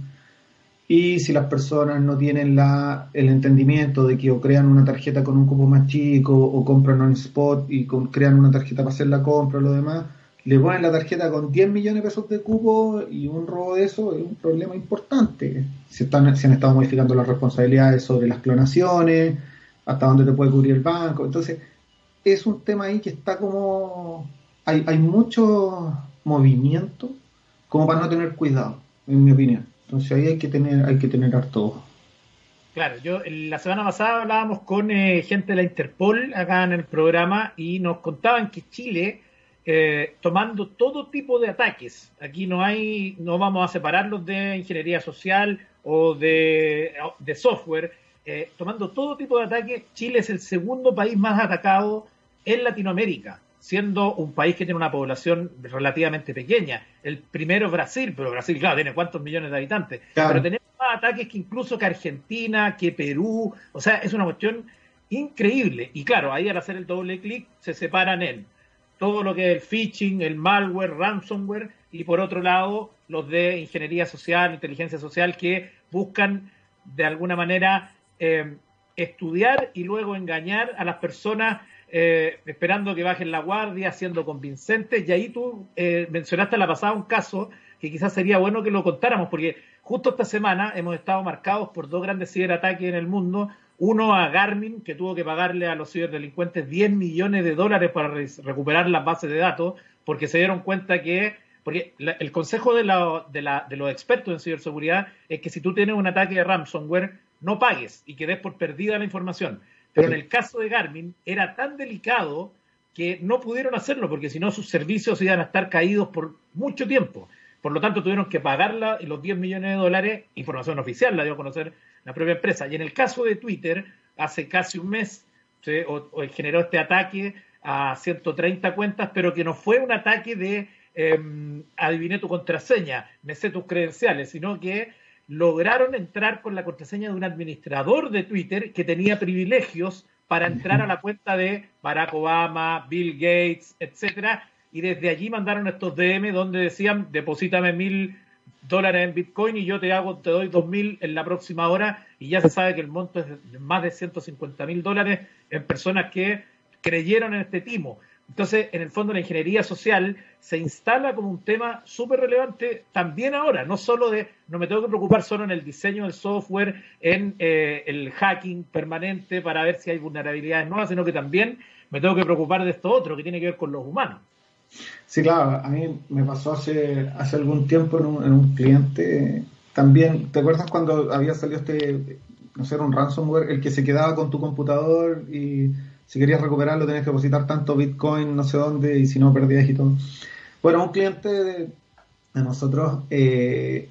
y si las personas no tienen la, el entendimiento de que o crean una tarjeta con un cupo más chico o compran on spot y con, crean una tarjeta para hacer la compra o lo demás, le ponen la tarjeta con diez millones de pesos de cupo, y un robo de eso es un problema importante. Se, están, se han estado modificando las responsabilidades sobre las clonaciones, hasta dónde te puede cubrir el banco. Entonces, es un tema ahí que está como... Hay, hay mucho movimiento como para no tener cuidado, en mi opinión. Entonces ahí hay que tener, hay que tener harto ojo.
Claro, yo la semana pasada hablábamos con eh, gente de la Interpol acá en el programa y nos contaban que Chile... Eh, tomando todo tipo de ataques. Aquí no hay, no vamos a separarlos de ingeniería social o de, de software. Eh, tomando todo tipo de ataques, Chile es el segundo país más atacado en Latinoamérica, siendo un país que tiene una población relativamente pequeña. El primero es Brasil, pero Brasil, claro, tiene cuántos millones de habitantes. Claro. Pero tenemos más ataques que incluso que Argentina, que Perú. O sea, es una cuestión increíble. Y claro, ahí al hacer el doble clic se separan en todo lo que es el phishing, el malware, ransomware, y por otro lado, los de ingeniería social, inteligencia social, que buscan de alguna manera eh, estudiar y luego engañar a las personas eh, esperando que bajen la guardia, siendo convincentes. Y ahí tú eh, mencionaste a la pasada un caso que quizás sería bueno que lo contáramos, porque justo esta semana hemos estado marcados por dos grandes ciberataques en el mundo. Uno a Garmin, que tuvo que pagarle a los ciberdelincuentes diez millones de dólares para re- recuperar las bases de datos, porque se dieron cuenta que, porque la, el consejo de, la, de, la, de los expertos en ciberseguridad es que si tú tienes un ataque de ransomware, no pagues y que des por perdida la información. Pero en el caso de Garmin era tan delicado que no pudieron hacerlo, porque si no sus servicios iban a estar caídos por mucho tiempo. Por lo tanto, tuvieron que pagarla, y los diez millones de dólares, información oficial, la dio a conocer la propia empresa. Y en el caso de Twitter, hace casi un mes, ¿sí? o, o generó este ataque a ciento treinta cuentas, pero que no fue un ataque de eh, adiviné tu contraseña, me sé tus credenciales, sino que lograron entrar con la contraseña de un administrador de Twitter que tenía privilegios para entrar a la cuenta de Barack Obama, Bill Gates, etcétera, y desde allí mandaron estos D M donde decían, deposítame mil dólares en Bitcoin y yo te hago, te doy dos mil en la próxima hora, y ya se sabe que el monto es de más de ciento cincuenta mil dólares en personas que creyeron en este timo. Entonces, en el fondo, la ingeniería social se instala como un tema súper relevante también ahora, no solo de, no me tengo que preocupar solo en el diseño del software, en eh, el hacking permanente para ver si hay vulnerabilidades nuevas, sino que también me tengo que preocupar de esto otro, que tiene que ver con los humanos.
Sí, claro, a mí me pasó hace, hace algún tiempo en un, en un cliente también. ¿Te acuerdas cuando había salido este no sé, era un ransomware, el que se quedaba con tu computador y si querías recuperarlo tenías que depositar tanto Bitcoin, no sé dónde, y si no perdías y todo. Bueno, un cliente de, de nosotros eh,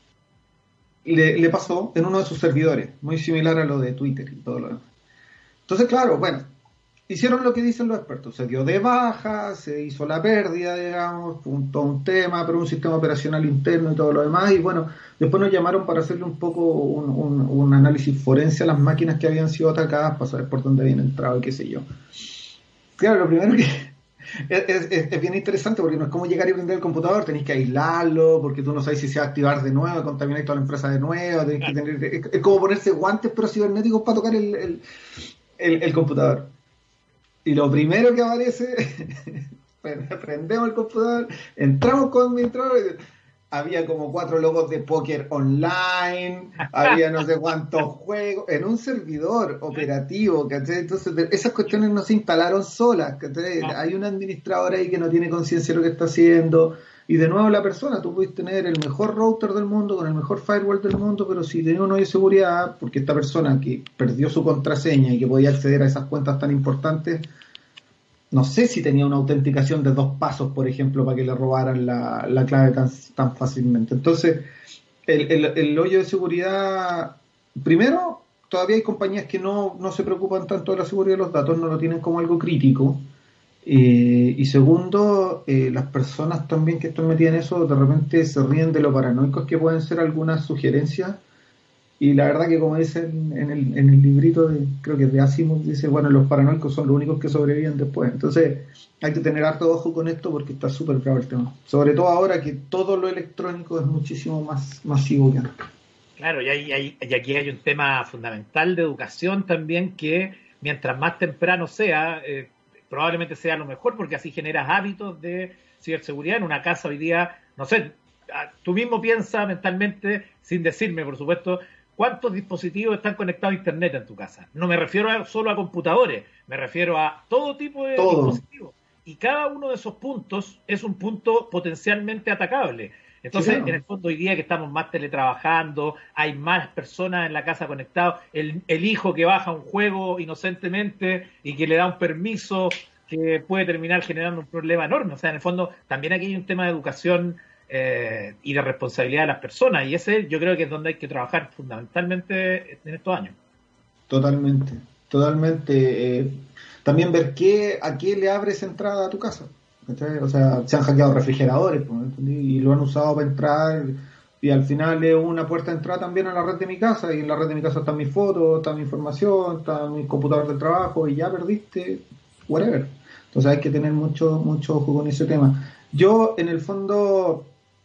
le, le pasó en uno de sus servidores, muy similar a lo de Twitter y todo lo demás. Entonces, claro, bueno, hicieron lo que dicen los expertos, se dio de baja, se hizo la pérdida, digamos, fue un, todo un tema, pero un sistema operacional interno y todo lo demás, y bueno, después nos llamaron para hacerle un poco un, un, un análisis forense a las máquinas que habían sido atacadas, para saber por dónde habían entrado y qué sé yo. Claro, lo primero que es, es, es bien interesante porque no es como llegar y prender el computador, tenéis que aislarlo, porque tú no sabes si se va a activar de nuevo, contaminar toda la empresa de nuevo, tenés que tener, es, es como ponerse guantes pero cibernéticos para tocar el, el, el, el computador. Y lo primero que aparece, prendemos el computador, entramos con administrador, había como cuatro logos de póker online, había no sé cuántos juegos, en un servidor operativo, ¿cachai? Entonces, esas cuestiones no se instalaron solas, ¿cachai? Hay un administrador ahí que no tiene conciencia de lo que está haciendo, y de nuevo la persona, tú puedes tener el mejor router del mundo, con el mejor firewall del mundo, pero si tenía un hoyo de seguridad, porque esta persona que perdió su contraseña y que podía acceder a esas cuentas tan importantes, no sé si tenía una autenticación de dos pasos, por ejemplo, para que le robaran la, la clave tan, tan fácilmente. Entonces, el, el, el hoyo de seguridad, primero, todavía hay compañías que no, no se preocupan tanto de la seguridad de los datos, no lo tienen como algo crítico. Eh, y segundo, eh, las personas también que están metidas en eso, de repente se ríen de lo paranoicos que pueden ser algunas sugerencias. Y la verdad que como dicen en el, en el librito, de, creo que es de Asimov, dice, bueno, los paranoicos son los únicos que sobreviven después. Entonces hay que tener harto ojo con esto porque está súper grave el tema. Sobre todo ahora que todo lo electrónico es muchísimo más masivo que antes.
Claro, y, hay, hay, y aquí hay un tema fundamental de educación también que mientras más temprano sea, eh, probablemente sea lo mejor porque así generas hábitos de ciberseguridad en una casa hoy día, no sé, tú mismo piensas mentalmente, sin decirme, por supuesto, ¿cuántos dispositivos están conectados a Internet en tu casa? No me refiero a, solo a computadores, me refiero a todo tipo de
todo.
dispositivos. Y cada uno de esos puntos es un punto potencialmente atacable. Entonces, sí, claro, en el fondo, hoy día que estamos más teletrabajando, hay más personas en la casa conectados, el, el hijo que baja un juego inocentemente y que le da un permiso que puede terminar generando un problema enorme. O sea, en el fondo, también aquí hay un tema de educación Eh, y de responsabilidad de las personas, y ese yo creo que es donde hay que trabajar fundamentalmente en estos años.
Totalmente, totalmente. Eh, también ver qué, a qué le abres entrada a tu casa. ¿Cachai? O sea, se han hackeado refrigeradores, ¿entendí? Y lo han usado para entrar, y al final es una puerta de entrada también a la red de mi casa, y en la red de mi casa están mis fotos, está mi información, está mi computador de trabajo, y ya perdiste, whatever. Entonces hay que tener mucho, mucho ojo con ese tema. Yo, en el fondo,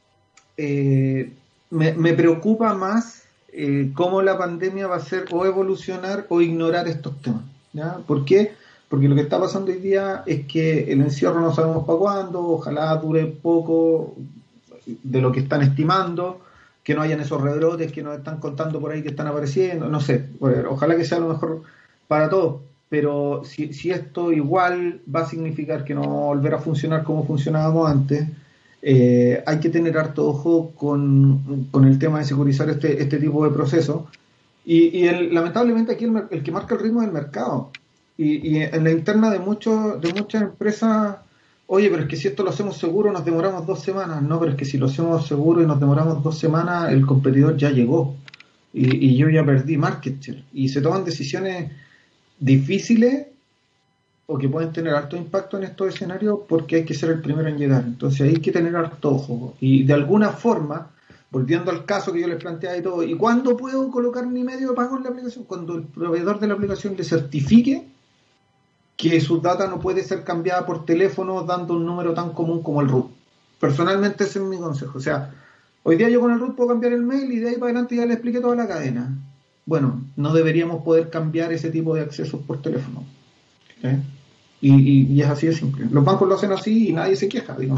Eh, me, me preocupa más eh, cómo la pandemia va a ser o evolucionar o ignorar estos temas, ¿ya? ¿Por qué? Porque lo que está pasando hoy día es que el encierro no sabemos para cuándo, ojalá dure poco de lo que están estimando, que no hayan esos rebrotes que nos están contando por ahí que están apareciendo, no sé, ojalá que sea lo mejor para todos, pero si, si esto igual va a significar que no va a volver a funcionar como funcionábamos antes, Eh, hay que tener harto ojo con, con el tema de securizar este, este tipo de procesos. Y, y el, lamentablemente aquí el, el que marca el ritmo es el mercado. Y, y en la interna de, muchos de muchas empresas, oye, pero es que si esto lo hacemos seguro nos demoramos dos semanas. No, pero es que si lo hacemos seguro y nos demoramos dos semanas, el competidor ya llegó. Y, y yo ya perdí market share. Y se toman decisiones difíciles o que pueden tener alto impacto en estos escenarios porque hay que ser el primero en llegar. Entonces hay que tener harto ojo. Y de alguna forma, volviendo al caso que yo les planteaba y todo, ¿y cuándo puedo colocar mi medio de pago en la aplicación? Cuando el proveedor de la aplicación le certifique que su data no puede ser cambiada por teléfono dando un número tan común como el root. Personalmente ese es mi consejo. O sea, hoy día yo con el root puedo cambiar el mail y de ahí para adelante ya le expliqué toda la cadena. Bueno, no deberíamos poder cambiar ese tipo de accesos por teléfono. ¿Eh? Y, y, y es así de simple. Los bancos lo hacen así y nadie se queja, digamos.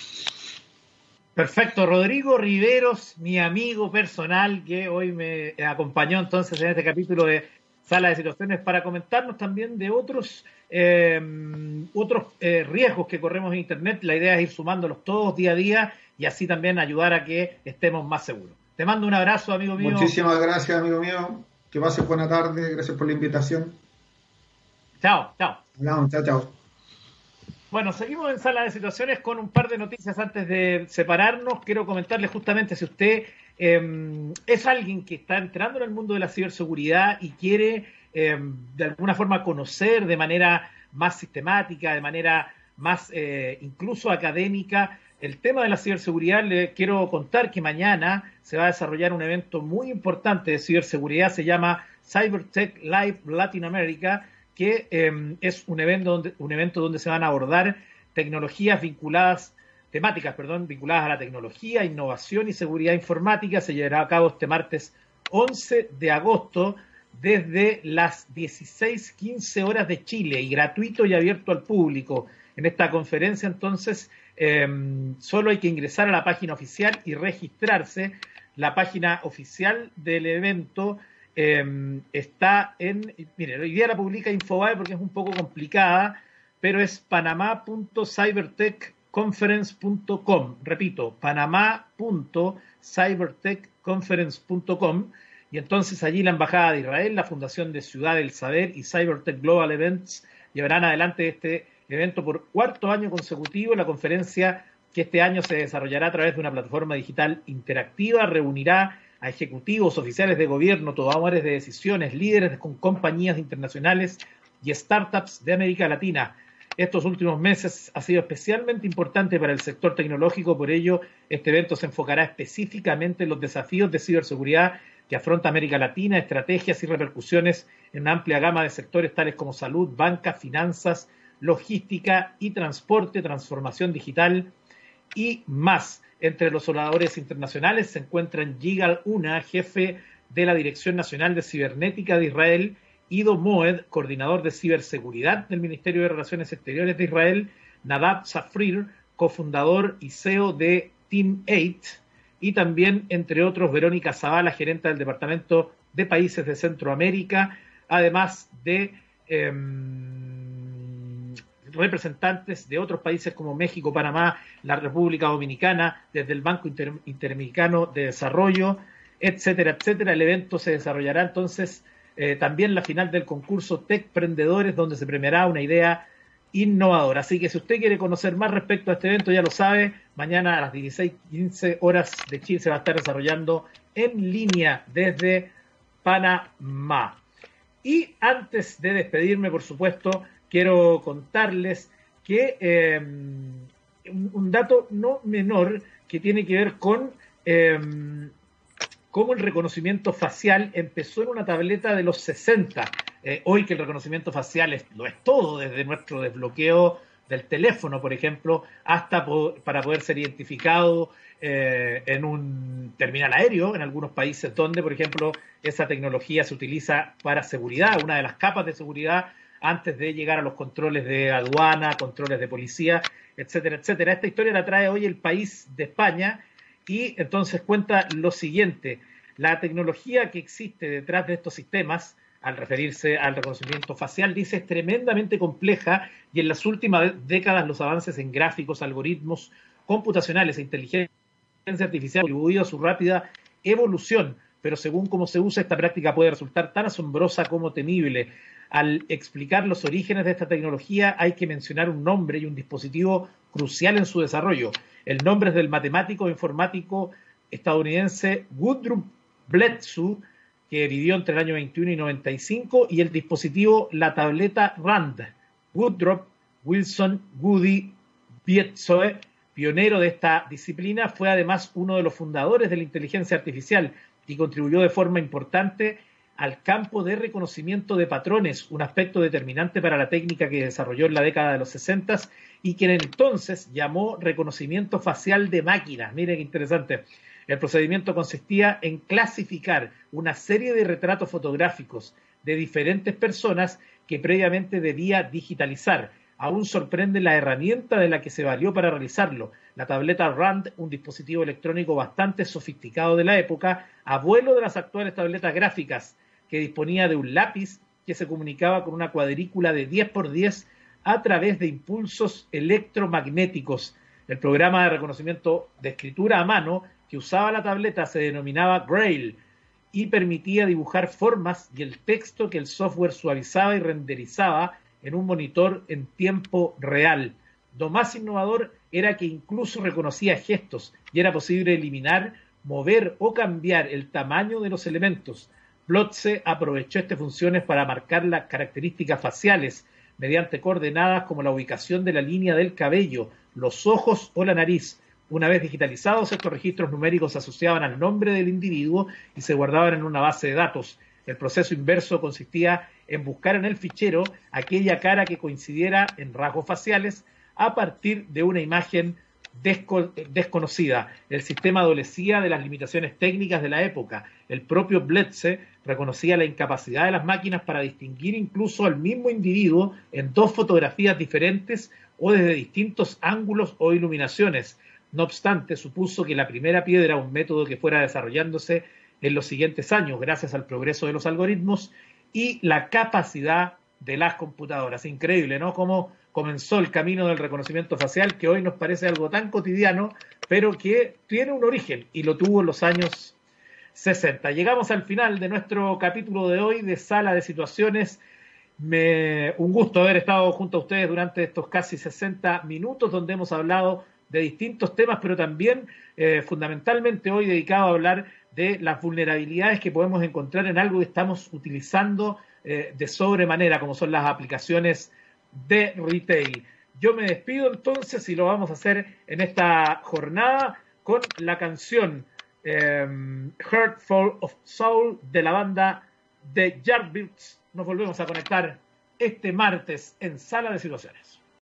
Perfecto. Rodrigo Riveros, mi amigo personal, que hoy me acompañó entonces en este capítulo de Sala de Situaciones para comentarnos también de otros eh, otros eh, riesgos que corremos en Internet. La idea es ir sumándolos todos día a día y así también ayudar a que estemos más seguros. Te mando un abrazo, amigo mío.
Muchísimas gracias, amigo mío. Que pases buena tarde, gracias por la invitación.
Chao, chao.
Hablamos, chao, chao.
Bueno, seguimos en Sala de Situaciones con un par de noticias antes de separarnos. Quiero comentarle justamente si usted eh, es alguien que está entrando en el mundo de la ciberseguridad y quiere eh, de alguna forma conocer de manera más sistemática, de manera más eh, incluso académica, el tema de la ciberseguridad. Le quiero contar que mañana se va a desarrollar un evento muy importante de ciberseguridad, se llama CyberTech Live Latin America, que eh, es un evento, donde, un evento donde se van a abordar tecnologías vinculadas, temáticas, perdón, vinculadas a la tecnología, innovación y seguridad informática. Se llevará a cabo este martes once de agosto desde las dieciséis quince horas de Chile y gratuito y abierto al público. En esta conferencia, entonces, eh, solo hay que ingresar a la página oficial y registrarse. La página oficial del evento Eh, está en, mire, hoy día la publica Infobae porque es un poco complicada, pero es panamá punto cybertech conference punto com, repito, panamá punto cybertech conference punto com, y entonces allí la Embajada de Israel, la Fundación de Ciudad del Saber y CyberTech Global Events llevarán adelante este evento por cuarto año consecutivo. La conferencia, que este año se desarrollará a través de una plataforma digital interactiva, reunirá a ejecutivos, oficiales de gobierno, tomadores de decisiones, líderes con compañías internacionales y startups de América Latina. Estos últimos meses ha sido especialmente importante para el sector tecnológico, por ello este evento se enfocará específicamente en los desafíos de ciberseguridad que afronta América Latina, estrategias y repercusiones en una amplia gama de sectores tales como salud, banca, finanzas, logística y transporte, transformación digital y más. Entre los oradores internacionales se encuentran Yigal Una, jefe de la Dirección Nacional de Cibernética de Israel, Ido Moed, coordinador de ciberseguridad del Ministerio de Relaciones Exteriores de Israel, Nadav Safrir, cofundador y C E O de Team ocho, y también, entre otros, Verónica Zavala, gerente del Departamento de Países de Centroamérica, además de Eh, representantes de otros países como México, Panamá, la República Dominicana, desde el Banco Inter Interamericano de Desarrollo, etcétera, etcétera. El evento se desarrollará entonces eh, también la final del concurso Techprendedores, donde se premiará una idea innovadora. Así que si usted quiere conocer más respecto a este evento, ya lo sabe, mañana a las dieciséis quince horas de Chile se va a estar desarrollando en línea desde Panamá. Y antes de despedirme, por supuesto, quiero contarles que eh, un, un dato no menor que tiene que ver con eh, cómo el reconocimiento facial empezó en una tableta de los sesenta. Eh, hoy que el reconocimiento facial es, lo es todo, desde nuestro desbloqueo del teléfono, por ejemplo, hasta po para poder ser identificado eh, en un terminal aéreo, en algunos países donde, por ejemplo, esa tecnología se utiliza para seguridad, una de las capas de seguridad antes de llegar a los controles de aduana, controles de policía, etcétera, etcétera. Esta historia la trae hoy El País de España y entonces cuenta lo siguiente. La tecnología que existe detrás de estos sistemas, al referirse al reconocimiento facial, dice es tremendamente compleja y en las últimas décadas los avances en gráficos, algoritmos computacionales e inteligencia artificial han contribuido a su rápida evolución, pero según cómo se usa, esta práctica puede resultar tan asombrosa como temible. Al explicar los orígenes de esta tecnología hay que mencionar un nombre y un dispositivo crucial en su desarrollo. El nombre es del matemático e informático estadounidense Woodrow Bledsoe, que vivió entre el año veintiuno y noventa y cinco, y el dispositivo, la tableta RAND. Woodrow Wilson Woody Bledsoe, pionero de esta disciplina, fue además uno de los fundadores de la inteligencia artificial y contribuyó de forma importante al campo de reconocimiento de patrones, un aspecto determinante para la técnica que desarrolló en la década de los sesenta y que entonces llamó reconocimiento facial de máquina. Miren qué interesante. El procedimiento consistía en clasificar una serie de retratos fotográficos de diferentes personas que previamente debía digitalizar. Aún sorprende la herramienta de la que se valió para realizarlo. La tableta RAND, un dispositivo electrónico bastante sofisticado de la época, abuelo de las actuales tabletas gráficas, que disponía de un lápiz que se comunicaba con una cuadrícula de diez por diez a través de impulsos electromagnéticos. El programa de reconocimiento de escritura a mano que usaba la tableta se denominaba Braille y permitía dibujar formas y el texto que el software suavizaba y renderizaba en un monitor en tiempo real. Lo más innovador era que incluso reconocía gestos y era posible eliminar, mover o cambiar el tamaño de los elementos. Plotse aprovechó estas funciones para marcar las características faciales mediante coordenadas como la ubicación de la línea del cabello, los ojos o la nariz. Una vez digitalizados, estos registros numéricos se asociaban al nombre del individuo y se guardaban en una base de datos. El proceso inverso consistía en buscar en el fichero aquella cara que coincidiera en rasgos faciales a partir de una imagen desco desconocida. El sistema adolecía de las limitaciones técnicas de la época. El propio Plotse reconocía la incapacidad de las máquinas para distinguir incluso al mismo individuo en dos fotografías diferentes o desde distintos ángulos o iluminaciones. No obstante, supuso que la primera piedra, un método que fuera desarrollándose en los siguientes años gracias al progreso de los algoritmos y la capacidad de las computadoras. Increíble, ¿no? Cómo comenzó el camino del reconocimiento facial, que hoy nos parece algo tan cotidiano, pero que tiene un origen y lo tuvo en los años sesenta. Llegamos al final de nuestro capítulo de hoy de Sala de Situaciones. Me, un gusto haber estado junto a ustedes durante estos casi sesenta minutos donde hemos hablado de distintos temas, pero también eh, fundamentalmente hoy dedicado a hablar de las vulnerabilidades que podemos encontrar en algo que estamos utilizando eh, de sobremanera, como son las aplicaciones de retail. Yo me despido entonces y lo vamos a hacer en esta jornada con la canción eh, Heartful of Soul de la banda The Yardbirds. Nos volvemos a conectar este martes en Sala de Situaciones.